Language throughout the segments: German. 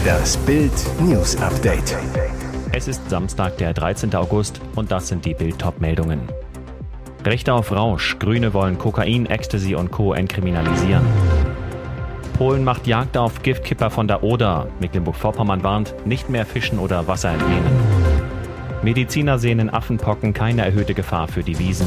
Das Bild News Update. Es ist Samstag, der 13. August und das sind die Bild-Top-Meldungen. Rechte auf Rausch. Grüne wollen Kokain, Ecstasy und Co. entkriminalisieren. Polen macht Jagd auf Giftkipper von der Oder. Mecklenburg-Vorpommern warnt, nicht mehr fischen oder Wasser entnehmen. Mediziner sehen in Affenpocken keine erhöhte Gefahr für die Wiesn.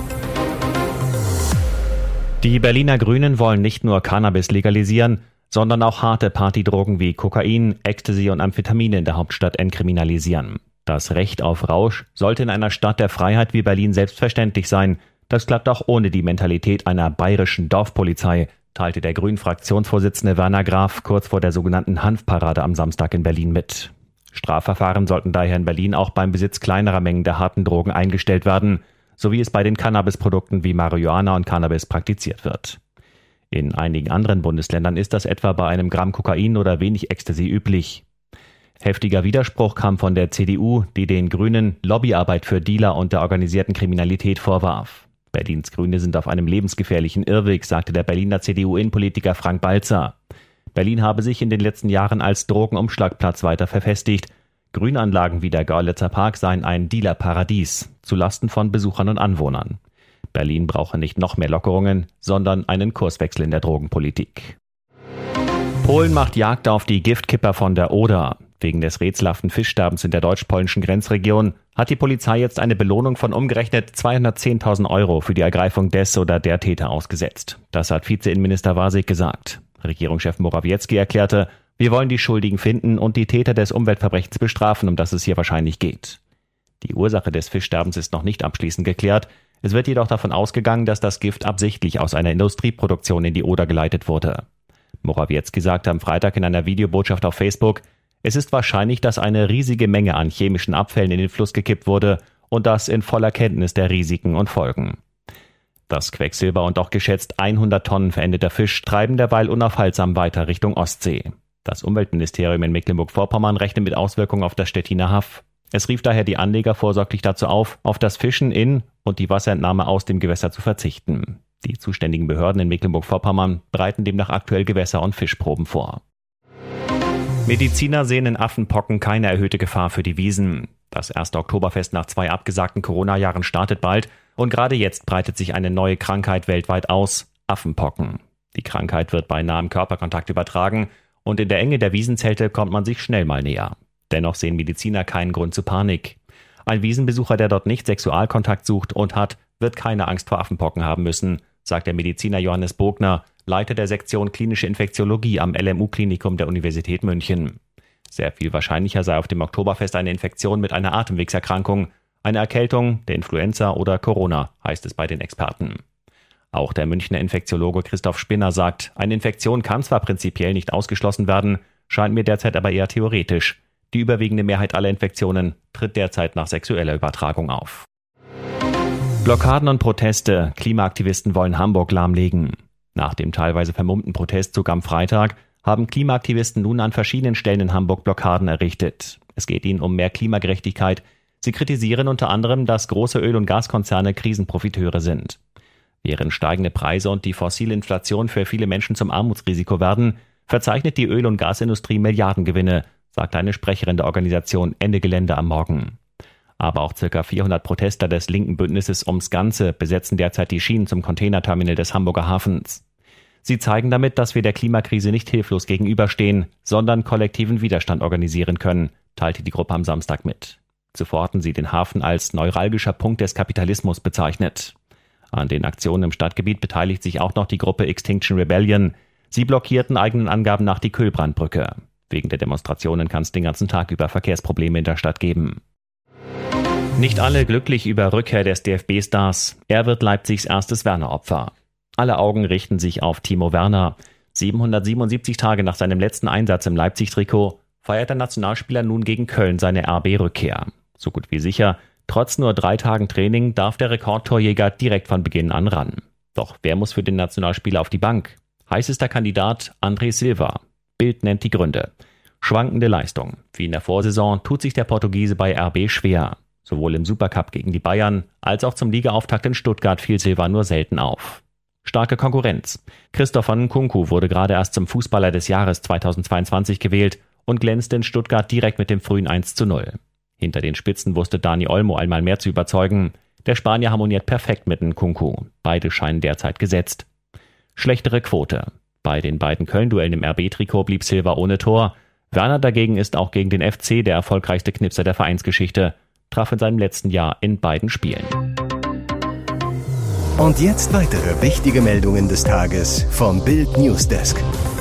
Die Berliner Grünen wollen nicht nur Cannabis legalisieren, sondern auch harte Partydrogen wie Kokain, Ecstasy und Amphetamine in der Hauptstadt entkriminalisieren. Das Recht auf Rausch sollte in einer Stadt der Freiheit wie Berlin selbstverständlich sein. Das klappt auch ohne die Mentalität einer bayerischen Dorfpolizei, teilte der Grünen-Fraktionsvorsitzende Werner Graf kurz vor der sogenannten Hanfparade am Samstag in Berlin mit. Strafverfahren sollten daher in Berlin auch beim Besitz kleinerer Mengen der harten Drogen eingestellt werden, so wie es bei den Cannabisprodukten wie Marihuana und Cannabis praktiziert wird. In einigen anderen Bundesländern ist das etwa bei einem Gramm Kokain oder wenig Ecstasy üblich. Heftiger Widerspruch kam von der CDU, die den Grünen Lobbyarbeit für Dealer und der organisierten Kriminalität vorwarf. Berlins Grüne sind auf einem lebensgefährlichen Irrweg, sagte der Berliner CDU-Innenpolitiker Frank Balzer. Berlin habe sich in den letzten Jahren als Drogenumschlagplatz weiter verfestigt. Grünanlagen wie der Görlitzer Park seien ein Dealerparadies, zulasten von Besuchern und Anwohnern. Berlin brauche nicht noch mehr Lockerungen, sondern einen Kurswechsel in der Drogenpolitik. Polen macht Jagd auf die Giftkipper von der Oder. Wegen des rätselhaften Fischsterbens in der deutsch-polnischen Grenzregion hat die Polizei jetzt eine Belohnung von umgerechnet 210.000 € für die Ergreifung des oder der Täter ausgesetzt. Das hat Vize-Innenminister Wasik gesagt. Regierungschef Morawiecki erklärte, wir wollen die Schuldigen finden und die Täter des Umweltverbrechens bestrafen, um das es hier wahrscheinlich geht. Die Ursache des Fischsterbens ist noch nicht abschließend geklärt. Es wird jedoch davon ausgegangen, dass das Gift absichtlich aus einer Industrieproduktion in die Oder geleitet wurde. Morawiecki sagte am Freitag in einer Videobotschaft auf Facebook, es ist wahrscheinlich, dass eine riesige Menge an chemischen Abfällen in den Fluss gekippt wurde und das in voller Kenntnis der Risiken und Folgen. Das Quecksilber und auch geschätzt 100 Tonnen verendeter Fisch treiben derweil unaufhaltsam weiter Richtung Ostsee. Das Umweltministerium in Mecklenburg-Vorpommern rechnet mit Auswirkungen auf das Stettiner Haff. Es rief daher die Anleger vorsorglich dazu auf das Fischen in und die Wasserentnahme aus dem Gewässer zu verzichten. Die zuständigen Behörden in Mecklenburg-Vorpommern bereiten demnach aktuell Gewässer- und Fischproben vor. Mediziner sehen in Affenpocken keine erhöhte Gefahr für die Wiesn. Das erste Oktoberfest nach 2 abgesagten Corona-Jahren startet bald und gerade jetzt breitet sich eine neue Krankheit weltweit aus, Affenpocken. Die Krankheit wird bei nahem Körperkontakt übertragen und in der Enge der Wiesenzelte kommt man sich schnell mal näher. Dennoch sehen Mediziner keinen Grund zur Panik. Ein Wiesenbesucher, der dort nicht Sexualkontakt sucht und hat, wird keine Angst vor Affenpocken haben müssen, sagt der Mediziner Johannes Bogner, Leiter der Sektion Klinische Infektiologie am LMU-Klinikum der Universität München. Sehr viel wahrscheinlicher sei auf dem Oktoberfest eine Infektion mit einer Atemwegserkrankung, eine Erkältung, der Influenza oder Corona, heißt es bei den Experten. Auch der Münchner Infektiologe Christoph Spinner sagt, eine Infektion kann zwar prinzipiell nicht ausgeschlossen werden, scheint mir derzeit aber eher theoretisch. Die überwiegende Mehrheit aller Infektionen tritt derzeit nach sexueller Übertragung auf. Blockaden und Proteste. Klimaaktivisten wollen Hamburg lahmlegen. Nach dem teilweise vermummten Protestzug am Freitag haben Klimaaktivisten nun an verschiedenen Stellen in Hamburg Blockaden errichtet. Es geht ihnen um mehr Klimagerechtigkeit. Sie kritisieren unter anderem, dass große Öl- und Gaskonzerne Krisenprofiteure sind. Während steigende Preise und die fossile Inflation für viele Menschen zum Armutsrisiko werden, verzeichnet die Öl- und Gasindustrie Milliardengewinne, sagte eine Sprecherin der Organisation Ende Gelände am Morgen. Aber auch ca. 400 Protestler des linken Bündnisses ums Ganze besetzen derzeit die Schienen zum Containerterminal des Hamburger Hafens. Sie zeigen damit, dass wir der Klimakrise nicht hilflos gegenüberstehen, sondern kollektiven Widerstand organisieren können, teilte die Gruppe am Samstag mit. Zuvor hatten sie den Hafen als neuralgischer Punkt des Kapitalismus bezeichnet. An den Aktionen im Stadtgebiet beteiligt sich auch noch die Gruppe Extinction Rebellion. Sie blockierten eigenen Angaben nach die Kühlbrandbrücke. Wegen der Demonstrationen kann es den ganzen Tag über Verkehrsprobleme in der Stadt geben. Nicht alle glücklich über Rückkehr des DFB-Stars. Er wird Leipzigs erstes Werner-Opfer. Alle Augen richten sich auf Timo Werner. 777 Tage nach seinem letzten Einsatz im Leipzig-Trikot feiert der Nationalspieler nun gegen Köln seine RB-Rückkehr. So gut wie sicher, trotz nur 3 Tagen Training darf der Rekordtorjäger direkt von Beginn an ran. Doch wer muss für den Nationalspieler auf die Bank? Heißester Kandidat André Silva. Bild nennt die Gründe. Schwankende Leistung. Wie in der Vorsaison tut sich der Portugiese bei RB schwer. Sowohl im Supercup gegen die Bayern als auch zum Ligaauftakt in Stuttgart fiel Silva nur selten auf. Starke Konkurrenz. Christopher Nkunku wurde gerade erst zum Fußballer des Jahres 2022 gewählt und glänzte in Stuttgart direkt mit dem frühen 1:0. Hinter den Spitzen wusste Dani Olmo einmal mehr zu überzeugen. Der Spanier harmoniert perfekt mit Nkunku. Beide scheinen derzeit gesetzt. Schlechtere Quote. Bei den beiden Köln-Duellen im RB-Trikot blieb Silva ohne Tor. Werner dagegen ist auch gegen den FC der erfolgreichste Knipser der Vereinsgeschichte. Traf in seinem letzten Jahr in beiden Spielen. Und jetzt weitere wichtige Meldungen des Tages vom Bild Newsdesk.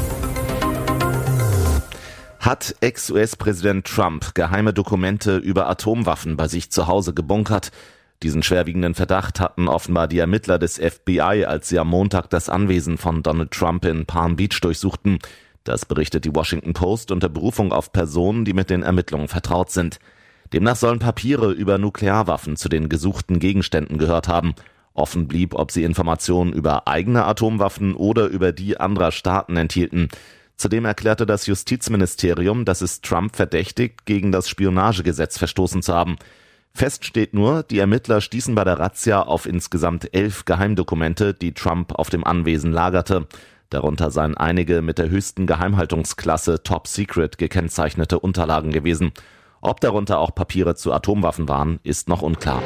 Hat Ex-US-Präsident Trump geheime Dokumente über Atomwaffen bei sich zu Hause gebunkert? Diesen schwerwiegenden Verdacht hatten offenbar die Ermittler des FBI, als sie am Montag das Anwesen von Donald Trump in Palm Beach durchsuchten. Das berichtet die Washington Post unter Berufung auf Personen, die mit den Ermittlungen vertraut sind. Demnach sollen Papiere über Nuklearwaffen zu den gesuchten Gegenständen gehört haben. Offen blieb, ob sie Informationen über eigene Atomwaffen oder über die anderer Staaten enthielten. Zudem erklärte das Justizministerium, dass es Trump verdächtigt, gegen das Spionagegesetz verstoßen zu haben. Fest steht nur, die Ermittler stießen bei der Razzia auf insgesamt 11 Geheimdokumente, die Trump auf dem Anwesen lagerte. Darunter seien einige mit der höchsten Geheimhaltungsklasse Top Secret gekennzeichnete Unterlagen gewesen. Ob darunter auch Papiere zu Atomwaffen waren, ist noch unklar.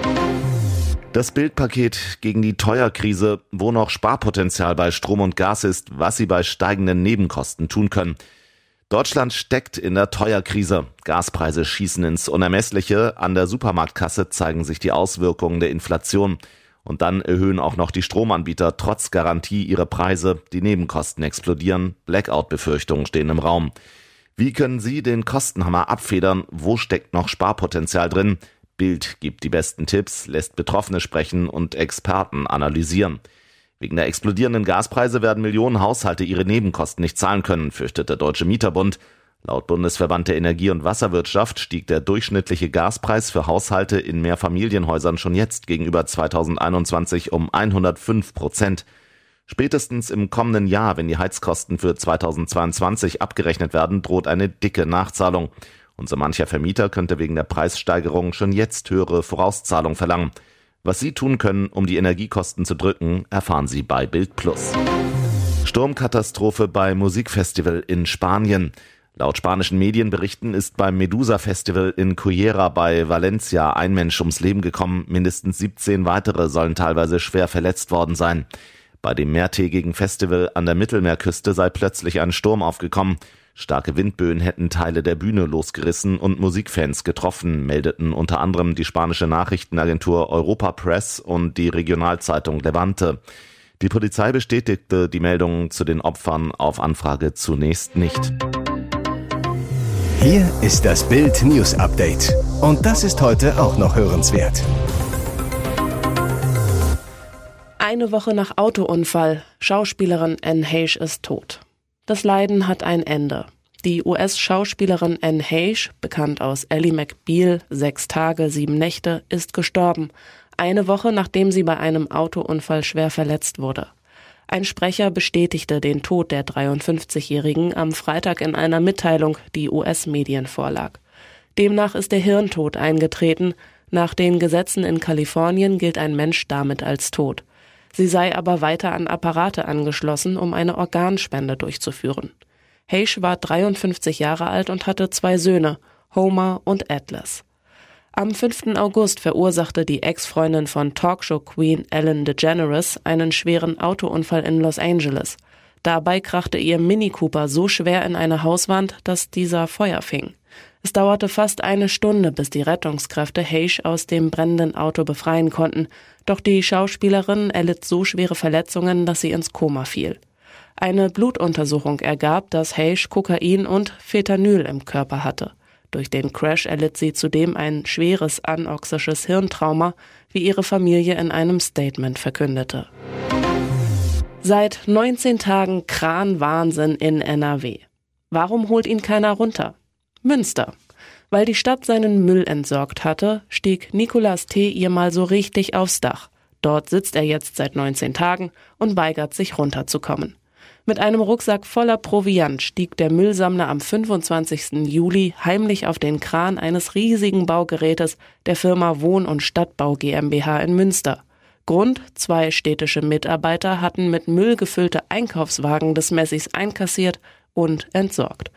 Das Bildpaket gegen die Teuerkrise, wo noch Sparpotenzial bei Strom und Gas ist, was sie bei steigenden Nebenkosten tun können. Deutschland steckt in der Teuerkrise. Gaspreise schießen ins Unermessliche. An der Supermarktkasse zeigen sich die Auswirkungen der Inflation. Und dann erhöhen auch noch die Stromanbieter trotz Garantie ihre Preise. Die Nebenkosten explodieren. Blackout-Befürchtungen stehen im Raum. Wie können Sie den Kostenhammer abfedern? Wo steckt noch Sparpotenzial drin? Bild gibt die besten Tipps, lässt Betroffene sprechen und Experten analysieren. Wegen der explodierenden Gaspreise werden Millionen Haushalte ihre Nebenkosten nicht zahlen können, fürchtet der Deutsche Mieterbund. Laut Bundesverband der Energie- und Wasserwirtschaft stieg der durchschnittliche Gaspreis für Haushalte in Mehrfamilienhäusern schon jetzt gegenüber 2021 um 105%. Spätestens im kommenden Jahr, wenn die Heizkosten für 2022 abgerechnet werden, droht eine dicke Nachzahlung. Und so mancher Vermieter könnte wegen der Preissteigerung schon jetzt höhere Vorauszahlung verlangen. Was Sie tun können, um die Energiekosten zu drücken, erfahren Sie bei Bild Plus. Sturmkatastrophe bei Musikfestival in Spanien. Laut spanischen Medienberichten ist beim Medusa-Festival in Cullera bei Valencia ein Mensch ums Leben gekommen. Mindestens 17 weitere sollen teilweise schwer verletzt worden sein. Bei dem mehrtägigen Festival an der Mittelmeerküste sei plötzlich ein Sturm aufgekommen. Starke Windböen hätten Teile der Bühne losgerissen und Musikfans getroffen, meldeten unter anderem die spanische Nachrichtenagentur Europa Press und die Regionalzeitung Levante. Die Polizei bestätigte die Meldungen zu den Opfern auf Anfrage zunächst nicht. Hier ist das Bild News Update. Und das ist heute auch noch hörenswert. Eine Woche nach Autounfall. Schauspielerin Anne Heche ist tot. Das Leiden hat ein Ende. Die US-Schauspielerin Anne Heche, bekannt aus Ally McBeal, 6 Tage, 7 Nächte, ist gestorben. Eine Woche, nachdem sie bei einem Autounfall schwer verletzt wurde. Ein Sprecher bestätigte den Tod der 53-Jährigen am Freitag in einer Mitteilung, die US-Medien vorlag. Demnach ist der Hirntod eingetreten. Nach den Gesetzen in Kalifornien gilt ein Mensch damit als tot. Sie sei aber weiter an Apparate angeschlossen, um eine Organspende durchzuführen. Heche war 53 Jahre alt und hatte 2 Söhne, Homer und Atlas. Am 5. August verursachte die Ex-Freundin von Talkshow-Queen Ellen DeGeneres einen schweren Autounfall in Los Angeles. Dabei krachte ihr Mini Cooper so schwer in eine Hauswand, dass dieser Feuer fing. Es dauerte fast eine Stunde, bis die Rettungskräfte Heche aus dem brennenden Auto befreien konnten. Doch die Schauspielerin erlitt so schwere Verletzungen, dass sie ins Koma fiel. Eine Blutuntersuchung ergab, dass Heche Kokain und Fentanyl im Körper hatte. Durch den Crash erlitt sie zudem ein schweres anoxisches Hirntrauma, wie ihre Familie in einem Statement verkündete. Seit 19 Tagen Kranwahnsinn in NRW. Warum holt ihn keiner runter? Münster. Weil die Stadt seinen Müll entsorgt hatte, stieg Nicolas T. ihr mal so richtig aufs Dach. Dort sitzt er jetzt seit 19 Tagen und weigert sich runterzukommen. Mit einem Rucksack voller Proviant stieg der Müllsammler am 25. Juli heimlich auf den Kran eines riesigen Baugerätes der Firma Wohn- und Stadtbau GmbH in Münster. Grund: 2 städtische Mitarbeiter hatten mit Müll gefüllte Einkaufswagen des Messis einkassiert und entsorgt.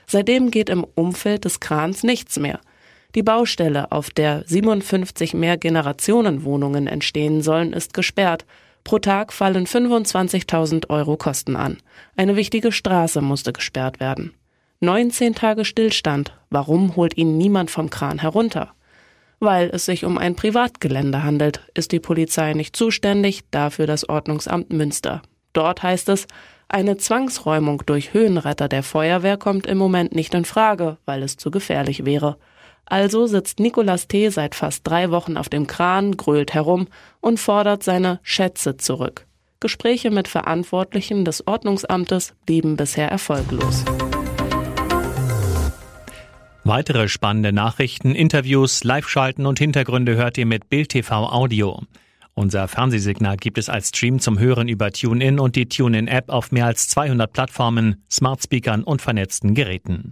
Seitdem geht im Umfeld des Krans nichts mehr. Die Baustelle, auf der 57 Mehrgenerationenwohnungen entstehen sollen, ist gesperrt. Pro Tag fallen 25.000 € Kosten an. Eine wichtige Straße musste gesperrt werden. 19 Tage Stillstand. Warum holt ihn niemand vom Kran herunter? Weil es sich um ein Privatgelände handelt, ist die Polizei nicht zuständig, dafür das Ordnungsamt Münster. Dort heißt es, eine Zwangsräumung durch Höhenretter der Feuerwehr kommt im Moment nicht in Frage, weil es zu gefährlich wäre. Also sitzt Nicolas T. seit fast 3 Wochen auf dem Kran, grölt herum und fordert seine Schätze zurück. Gespräche mit Verantwortlichen des Ordnungsamtes blieben bisher erfolglos. Weitere spannende Nachrichten, Interviews, Live-Schalten und Hintergründe hört ihr mit Bild TV Audio. Unser Fernsehsignal gibt es als Stream zum Hören über TuneIn und die TuneIn-App auf mehr als 200 Plattformen, Smartspeakern und vernetzten Geräten.